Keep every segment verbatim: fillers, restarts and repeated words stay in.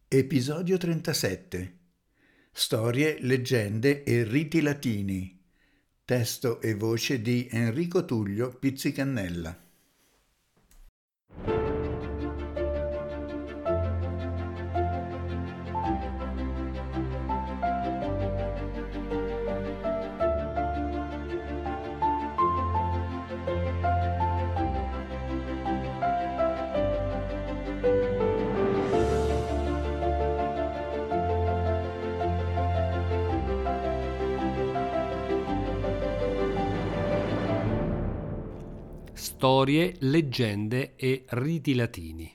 Episodio trentasette. Storie, leggende e riti latini. Testo e voce di Enrico Tullio Pizzicannella. Storie, leggende e riti latini.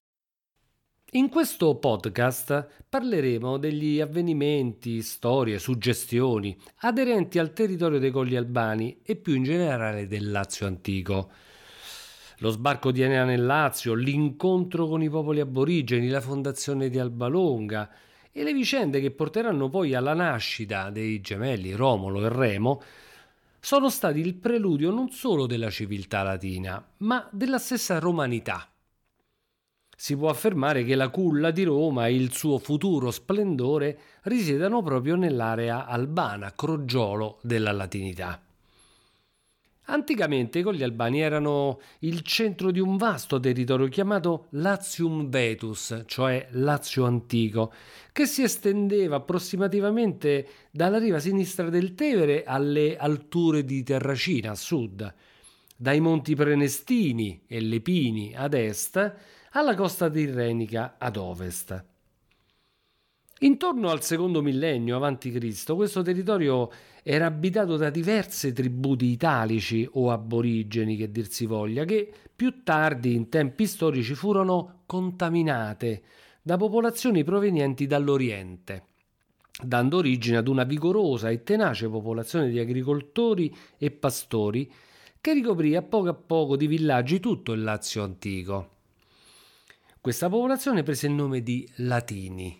In questo podcast parleremo degli avvenimenti, storie, suggestioni aderenti al territorio dei Colli Albani e più in generale del Lazio antico. Lo sbarco di Enea nel Lazio, l'incontro con i popoli aborigeni, la fondazione di Alba Longa e le vicende che porteranno poi alla nascita dei gemelli Romolo e Remo sono stati il preludio non solo della civiltà latina, ma della stessa romanità. Si può affermare che la culla di Roma e il suo futuro splendore risiedano proprio nell'area albana, crogiolo della latinità. Anticamente i Colli Albani erano il centro di un vasto territorio chiamato Latium Vetus, cioè Lazio antico, che si estendeva approssimativamente dalla riva sinistra del Tevere alle alture di Terracina a sud, dai monti Prenestini e Lepini ad est alla costa tirrenica ad ovest. Intorno al secondo millennio avanti Cristo questo territorio era abitato da diverse tribù di italici o aborigeni, che dir si voglia, che più tardi in tempi storici furono contaminate da popolazioni provenienti dall'Oriente, dando origine ad una vigorosa e tenace popolazione di agricoltori e pastori che ricoprì a poco a poco di villaggi tutto il Lazio antico. Questa popolazione prese il nome di Latini.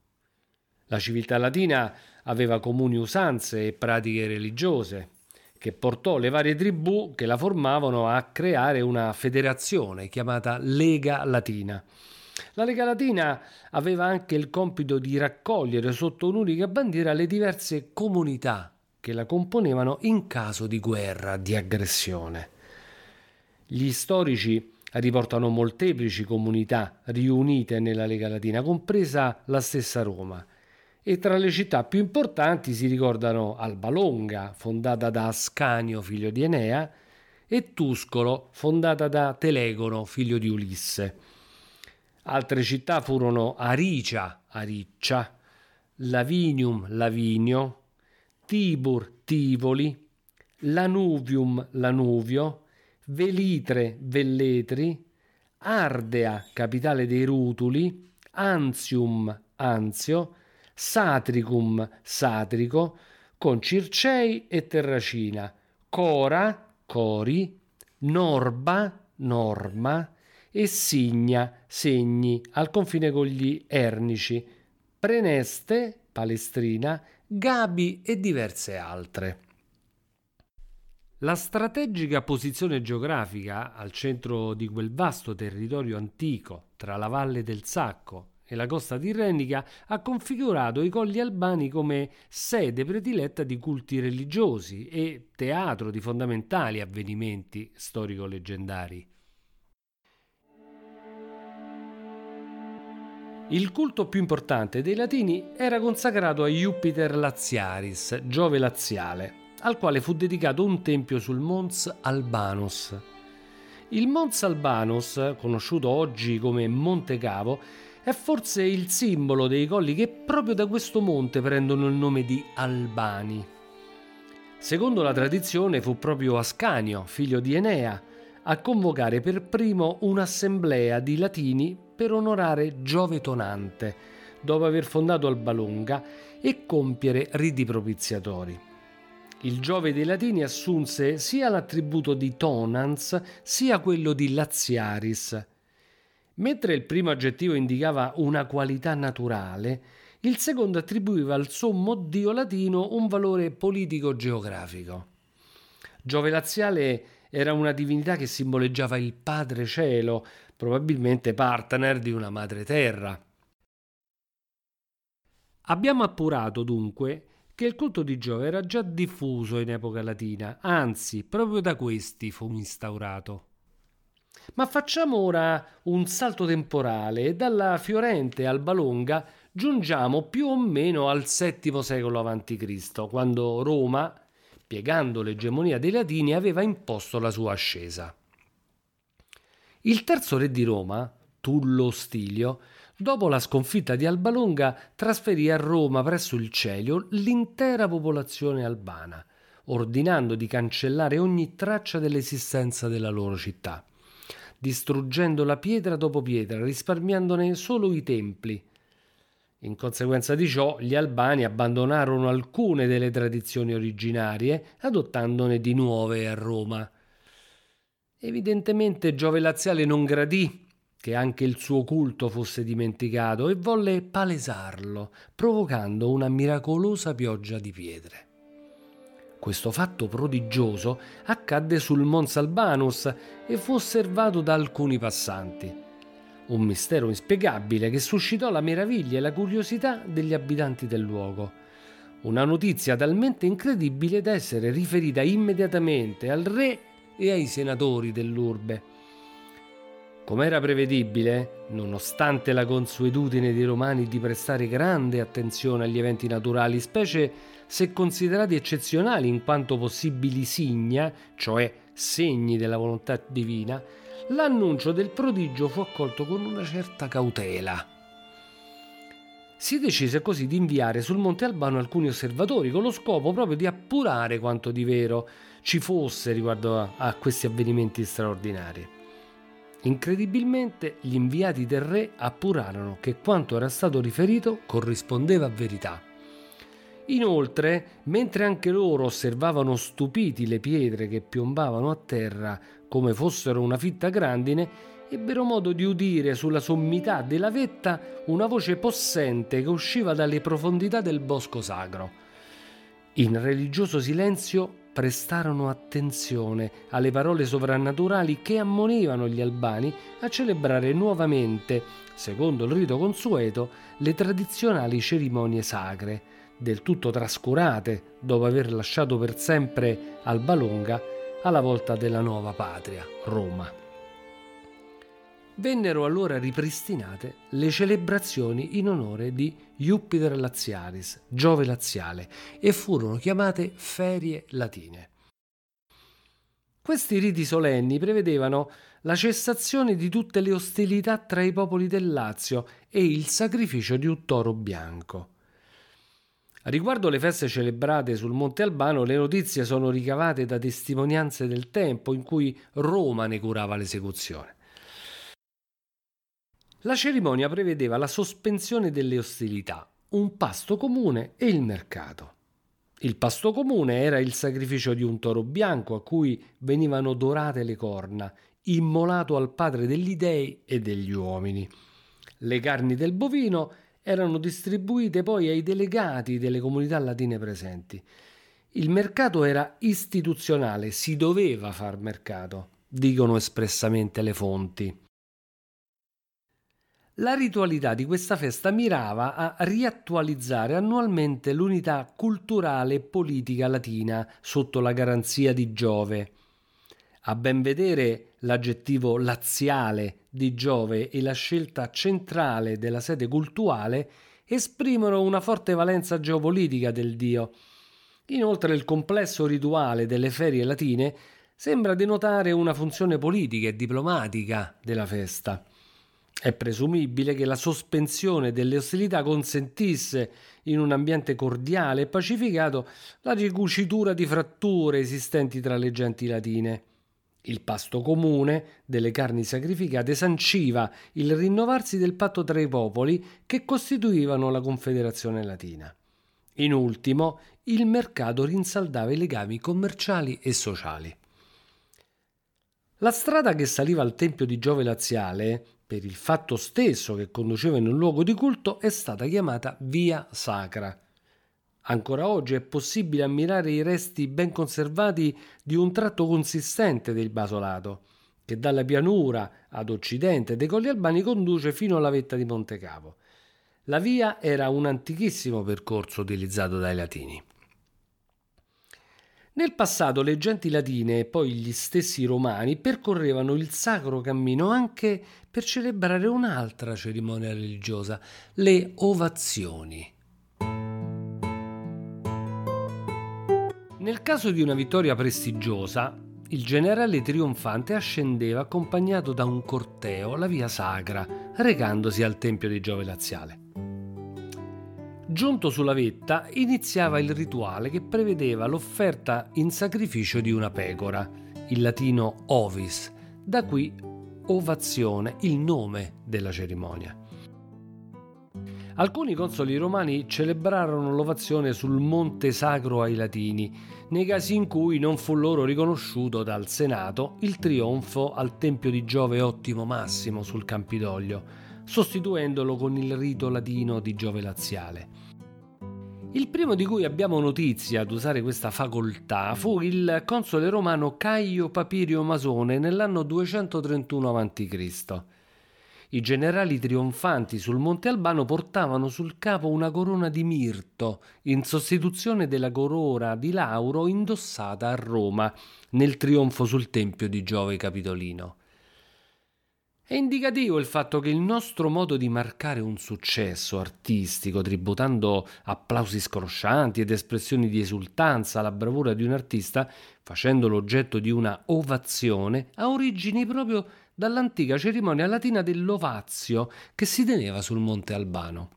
La civiltà latina aveva comuni usanze e pratiche religiose, che portò le varie tribù che la formavano a creare una federazione chiamata Lega Latina. La Lega Latina aveva anche il compito di raccogliere sotto un'unica bandiera le diverse comunità che la componevano in caso di guerra, di aggressione. Gli storici riportano molteplici comunità riunite nella Lega Latina, compresa la stessa Roma. E tra le città più importanti si ricordano Alba Longa, fondata da Ascanio, figlio di Enea, e Tuscolo, fondata da Telegono, figlio di Ulisse. Altre città furono Aricia, Ariccia, Lavinium, Lavinio, Tibur, Tivoli, Lanuvium, Lanuvio, Velitre, Velletri, Ardea, capitale dei Rutuli, Anzium, Anzio, Satricum, Satrico, con Circei e Terracina, Cora, Cori, Norba, Norma e Signa, Segni, al confine con gli Ernici, Preneste, Palestrina, Gabi e diverse altre. La strategica posizione geografica al centro di quel vasto territorio antico tra la valle del Sacco e la costa tirrenica ha configurato i Colli Albani come sede prediletta di culti religiosi e teatro di fondamentali avvenimenti storico-leggendari. Il culto più importante dei Latini era consacrato a Jupiter Laziaris, Giove laziale, al quale fu dedicato un tempio sul Mons Albanus. Il Mons Albanus, conosciuto oggi come Monte Cavo, è forse il simbolo dei colli che proprio da questo monte prendono il nome di Albani. Secondo la tradizione fu proprio Ascanio, figlio di Enea, a convocare per primo un'assemblea di Latini per onorare Giove Tonante, dopo aver fondato Alba Longa, e compiere riti propiziatori. Il Giove dei Latini assunse sia l'attributo di Tonans sia quello di Laziaris. Mentre il primo aggettivo indicava una qualità naturale, il secondo attribuiva al sommo dio latino un valore politico-geografico. Giove laziale era una divinità che simboleggiava il Padre Cielo, probabilmente partner di una madre terra. Abbiamo appurato dunque che il culto di Giove era già diffuso in epoca latina, anzi, proprio da questi fu instaurato. Ma facciamo ora un salto temporale e dalla Fiorente Alba Longa giungiamo più o meno al settimo secolo avanti Cristo, quando Roma, piegando l'egemonia dei Latini, aveva imposto la sua ascesa. Il terzo re di Roma, Tullo Stilio, dopo la sconfitta di Alba Longa, trasferì a Roma presso il Celio l'intera popolazione albana, ordinando di cancellare ogni traccia dell'esistenza della loro città, distruggendola pietra dopo pietra, risparmiandone solo i templi. In conseguenza di ciò, gli albani abbandonarono alcune delle tradizioni originarie, adottandone di nuove a Roma. Evidentemente Giove Laziale non gradì che anche il suo culto fosse dimenticato e volle palesarlo, provocando una miracolosa pioggia di pietre. Questo fatto prodigioso accadde sul Mons Albanus e fu osservato da alcuni passanti. Un mistero inspiegabile che suscitò la meraviglia e la curiosità degli abitanti del luogo. Una notizia talmente incredibile da essere riferita immediatamente al re e ai senatori dell'urbe. Come era prevedibile, nonostante la consuetudine dei romani di prestare grande attenzione agli eventi naturali, specie se considerati eccezionali in quanto possibili signa, cioè segni della volontà divina, l'annuncio del prodigio fu accolto con una certa cautela. Si decise così di inviare sul Monte Albano alcuni osservatori con lo scopo proprio di appurare quanto di vero ci fosse riguardo a, a questi avvenimenti straordinari. Incredibilmente gli inviati del re appurarono che quanto era stato riferito corrispondeva a verità. Inoltre, mentre anche loro osservavano stupiti le pietre che piombavano a terra come fossero una fitta grandine, ebbero modo di udire sulla sommità della vetta una voce possente che usciva dalle profondità del bosco sacro. In religioso silenzio prestarono attenzione alle parole sovrannaturali che ammonivano gli albani a celebrare nuovamente, secondo il rito consueto, le tradizionali cerimonie sacre, del tutto trascurate dopo aver lasciato per sempre Alba Longa alla volta della nuova patria, Roma. Vennero allora ripristinate le celebrazioni in onore di Jupiter Lazialis, Giove Laziale, e furono chiamate ferie latine. Questi riti solenni prevedevano la cessazione di tutte le ostilità tra i popoli del Lazio e il sacrificio di un toro bianco. Riguardo le feste celebrate sul Monte Albano, le notizie sono ricavate da testimonianze del tempo in cui Roma ne curava l'esecuzione. La cerimonia prevedeva la sospensione delle ostilità, un pasto comune e il mercato. Il pasto comune era il sacrificio di un toro bianco a cui venivano dorate le corna, immolato al padre degli dei e degli uomini. Le carni del bovino erano distribuite poi ai delegati delle comunità latine presenti. Il mercato era istituzionale, si doveva far mercato, dicono espressamente le fonti. La ritualità di questa festa mirava a riattualizzare annualmente l'unità culturale e politica latina sotto la garanzia di Giove. A ben vedere, l'aggettivo laziale di Giove e la scelta centrale della sede cultuale esprimono una forte valenza geopolitica del dio. Inoltre il complesso rituale delle ferie latine sembra denotare una funzione politica e diplomatica della festa. È presumibile che la sospensione delle ostilità consentisse, in un ambiente cordiale e pacificato, la ricucitura di fratture esistenti tra le genti latine. Il pasto comune delle carni sacrificate sanciva il rinnovarsi del patto tra i popoli che costituivano la Confederazione Latina. In ultimo, il mercato rinsaldava i legami commerciali e sociali. La strada che saliva al tempio di Giove Laziale, per il fatto stesso che conduceva in un luogo di culto, è stata chiamata Via Sacra. Ancora oggi è possibile ammirare i resti ben conservati di un tratto consistente del basolato, che dalla pianura ad occidente dei Colli Albani conduce fino alla vetta di Monte Capo. La via era un antichissimo percorso utilizzato dai Latini. Nel passato le genti latine e poi gli stessi romani percorrevano il Sacro Cammino anche per celebrare un'altra cerimonia religiosa, le ovazioni. Nel caso di una vittoria prestigiosa, il generale trionfante ascendeva accompagnato da un corteo la via sacra, recandosi al tempio di Giove laziale. Giunto sulla vetta, iniziava il rituale che prevedeva l'offerta in sacrificio di una pecora, il latino ovis, da qui ovazione, il nome della cerimonia. Alcuni consoli romani celebrarono l'ovazione sul Monte Sacro ai Latini, nei casi in cui non fu loro riconosciuto dal Senato il trionfo al Tempio di Giove Ottimo Massimo sul Campidoglio, sostituendolo con il rito latino di Giove laziale. Il primo di cui abbiamo notizia ad usare questa facoltà fu il console romano Caio Papirio Masone nell'anno duecentotrentuno avanti Cristo I generali trionfanti sul Monte Albano portavano sul capo una corona di mirto, in sostituzione della corona di lauro indossata a Roma nel trionfo sul Tempio di Giove Capitolino. È indicativo il fatto che il nostro modo di marcare un successo artistico, tributando applausi scroscianti ed espressioni di esultanza alla bravura di un artista, facendolo oggetto di una ovazione, ha origini proprio dall'antica cerimonia latina dell'ovatio che si teneva sul Monte Albano.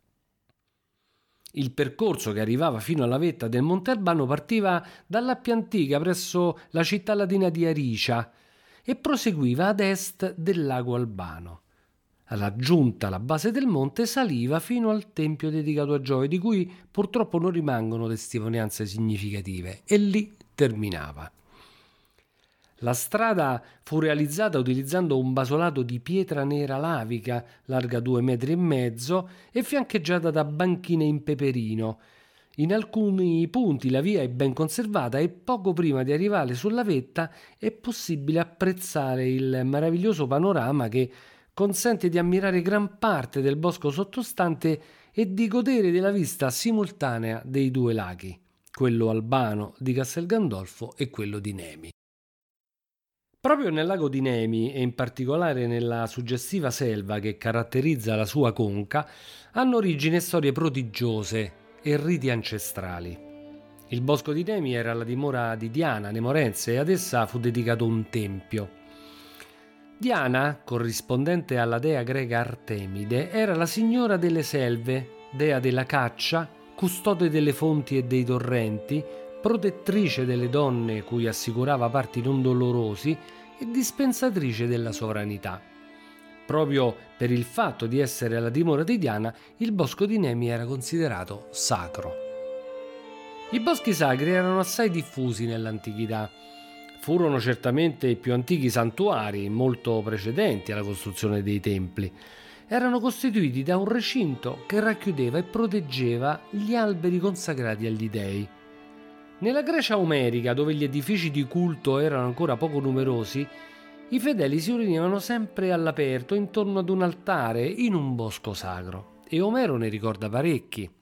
Il percorso che arrivava fino alla vetta del Monte Albano partiva dall'Appia Antica presso la città latina di Aricia e proseguiva ad est del lago Albano. Alla giunta alla base del monte saliva fino al tempio dedicato a Giove, di cui purtroppo non rimangono testimonianze significative, e lì terminava. La strada fu realizzata utilizzando un basolato di pietra nera lavica, larga due metri e mezzo, e fiancheggiata da banchine in peperino. In alcuni punti la via è ben conservata e poco prima di arrivare sulla vetta è possibile apprezzare il meraviglioso panorama che consente di ammirare gran parte del bosco sottostante e di godere della vista simultanea dei due laghi, quello albano di Castel Gandolfo e quello di Nemi. Proprio nel lago di Nemi, e in particolare nella suggestiva selva che caratterizza la sua conca, hanno origine storie prodigiose e riti ancestrali. Il bosco di Nemi era la dimora di Diana, nemorense, e ad essa fu dedicato un tempio. Diana, corrispondente alla dea greca Artemide, era la signora delle selve, dea della caccia, custode delle fonti e dei torrenti, protettrice delle donne cui assicurava parti non dolorosi e dispensatrice della sovranità. Proprio per il fatto di essere la dimora di Diana, il bosco di Nemi era considerato sacro. I boschi sacri erano assai diffusi nell'antichità. Furono certamente i più antichi santuari, molto precedenti alla costruzione dei templi. Erano costituiti da un recinto che racchiudeva e proteggeva gli alberi consacrati agli dei. Nella Grecia omerica, dove gli edifici di culto erano ancora poco numerosi, i fedeli si riunivano sempre all'aperto intorno ad un altare in un bosco sacro, e Omero ne ricorda parecchi.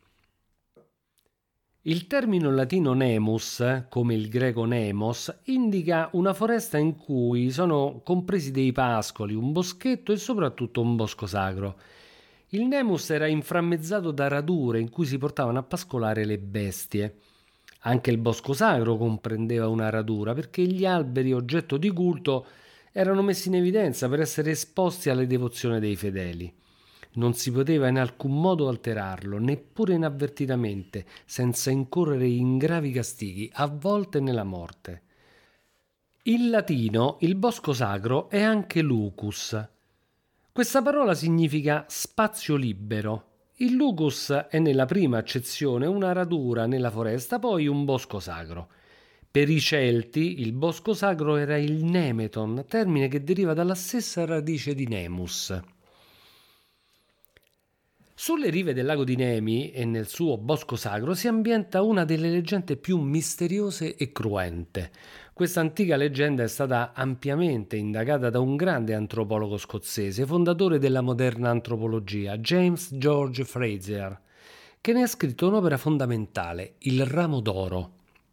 Il termine latino nemus, come il greco nemos, indica una foresta in cui sono compresi dei pascoli, un boschetto e soprattutto un bosco sacro. Il nemus era inframmezzato da radure in cui si portavano a pascolare le bestie. Anche il bosco sacro comprendeva una radura, perché gli alberi oggetto di culto erano messi in evidenza per essere esposti alle devozioni dei fedeli. Non si poteva in alcun modo alterarlo, neppure inavvertitamente, senza incorrere in gravi castighi, a volte nella morte. In latino il bosco sacro è anche lucus. Questa parola significa spazio libero. Il lucus è nella prima accezione una radura nella foresta, poi un bosco sacro. Per i Celti il bosco sacro era il nemeton, termine che deriva dalla stessa radice di nemus. Sulle rive del lago di Nemi e nel suo bosco sacro si ambienta una delle leggende più misteriose e cruente. Questa antica leggenda è stata ampiamente indagata da un grande antropologo scozzese, fondatore della moderna antropologia, James George Frazer, che ne ha scritto un'opera fondamentale, Il ramo d'oro.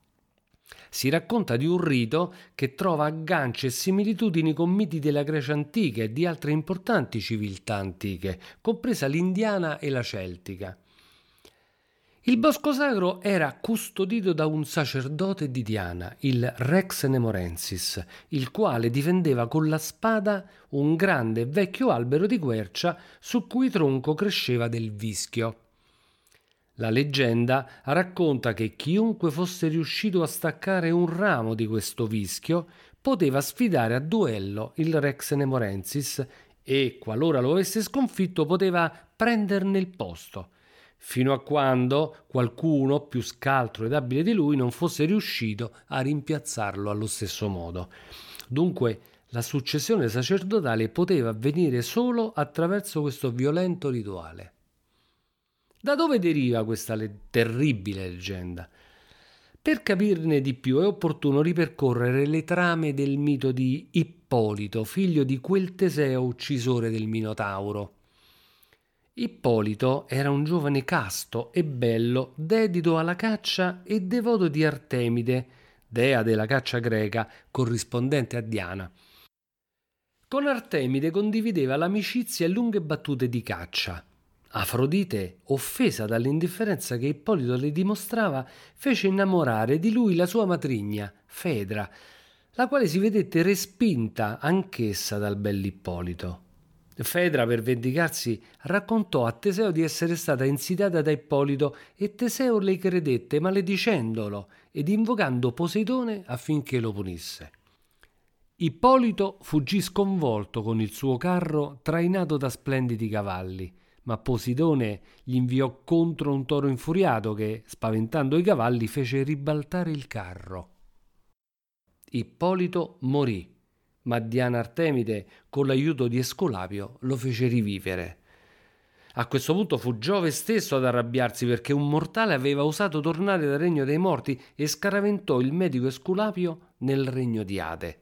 Si racconta di un rito che trova agganci e similitudini con miti della Grecia antica e di altre importanti civiltà antiche, compresa l'indiana e la celtica. Il bosco sacro era custodito da un sacerdote di Diana, il Rex Nemorensis, il quale difendeva con la spada un grande e vecchio albero di quercia sul cui tronco cresceva del vischio. La leggenda racconta che chiunque fosse riuscito a staccare un ramo di questo vischio poteva sfidare a duello il Rex Nemorensis e, qualora lo avesse sconfitto, poteva prenderne il posto, fino a quando qualcuno più scaltro ed abile di lui non fosse riuscito a rimpiazzarlo allo stesso modo. Dunque, la successione sacerdotale poteva avvenire solo attraverso questo violento rituale. Da dove deriva questa le- terribile leggenda? Per capirne di più è opportuno ripercorrere le trame del mito di Ippolito, figlio di quel Teseo uccisore del Minotauro. Ippolito era un giovane casto e bello, dedito alla caccia e devoto di Artemide, dea della caccia greca, corrispondente a Diana. Con Artemide condivideva l'amicizia e lunghe battute di caccia. Afrodite, offesa dall'indifferenza che Ippolito le dimostrava, fece innamorare di lui la sua matrigna, Fedra, la quale si vedette respinta anch'essa dal bell'Ippolito. Fedra, per vendicarsi, raccontò a Teseo di essere stata insidiata da Ippolito e Teseo le credette, maledicendolo ed invocando Poseidone affinché lo punisse. Ippolito fuggì sconvolto con il suo carro trainato da splendidi cavalli, ma Poseidone gli inviò contro un toro infuriato che, spaventando i cavalli, fece ribaltare il carro. Ippolito morì, ma Diana Artemide, con l'aiuto di Escolapio, lo fece rivivere. A questo punto fu Giove stesso ad arrabbiarsi perché un mortale aveva osato tornare dal regno dei morti e scaraventò il medico Esculapio nel regno di Ade.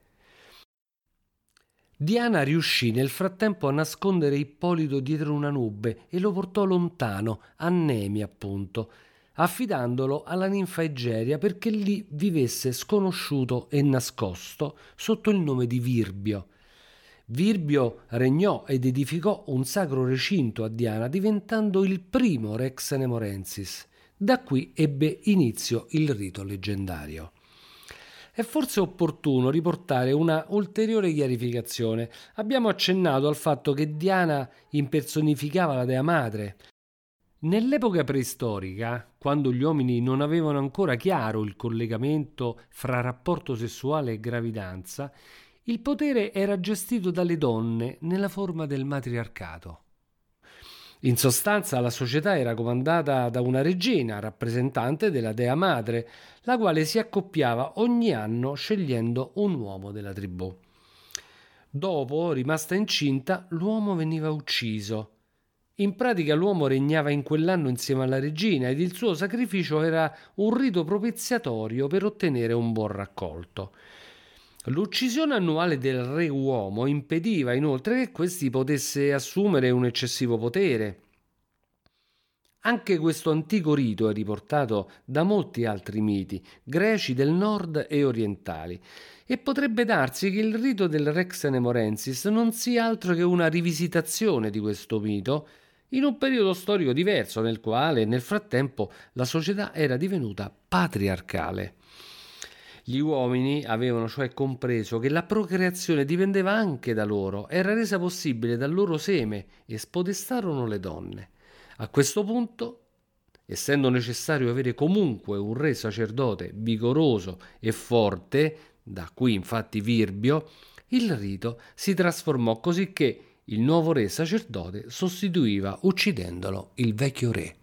Diana riuscì nel frattempo a nascondere Ippolito dietro una nube e lo portò lontano, a Nemi appunto, affidandolo alla ninfa Egeria perché lì vivesse sconosciuto e nascosto sotto il nome di Virbio. Virbio regnò ed edificò un sacro recinto a Diana, diventando il primo Rex Nemorensis. Da qui ebbe inizio il rito leggendario. È forse opportuno riportare una ulteriore chiarificazione. Abbiamo accennato al fatto che Diana impersonificava la dea madre. Nell'epoca preistorica, quando gli uomini non avevano ancora chiaro il collegamento fra rapporto sessuale e gravidanza, il potere era gestito dalle donne nella forma del matriarcato. In sostanza, la società era comandata da una regina, rappresentante della dea madre, la quale si accoppiava ogni anno scegliendo un uomo della tribù. Dopo, rimasta incinta, l'uomo veniva ucciso. In pratica l'uomo regnava in quell'anno insieme alla regina ed il suo sacrificio era un rito propiziatorio per ottenere un buon raccolto. L'uccisione annuale del re uomo impediva inoltre che questi potesse assumere un eccessivo potere. Anche questo antico rito è riportato da molti altri miti, greci del nord e orientali, e potrebbe darsi che il rito del Rex Nemorensis non sia altro che una rivisitazione di questo mito in un periodo storico diverso nel quale nel frattempo la società era divenuta patriarcale. Gli uomini avevano cioè compreso che la procreazione dipendeva anche da loro, era resa possibile dal loro seme e spodestarono le donne. A questo punto, essendo necessario avere comunque un re sacerdote vigoroso e forte, da qui infatti Virbio, il rito si trasformò così che il nuovo re sacerdote sostituiva uccidendolo il vecchio re.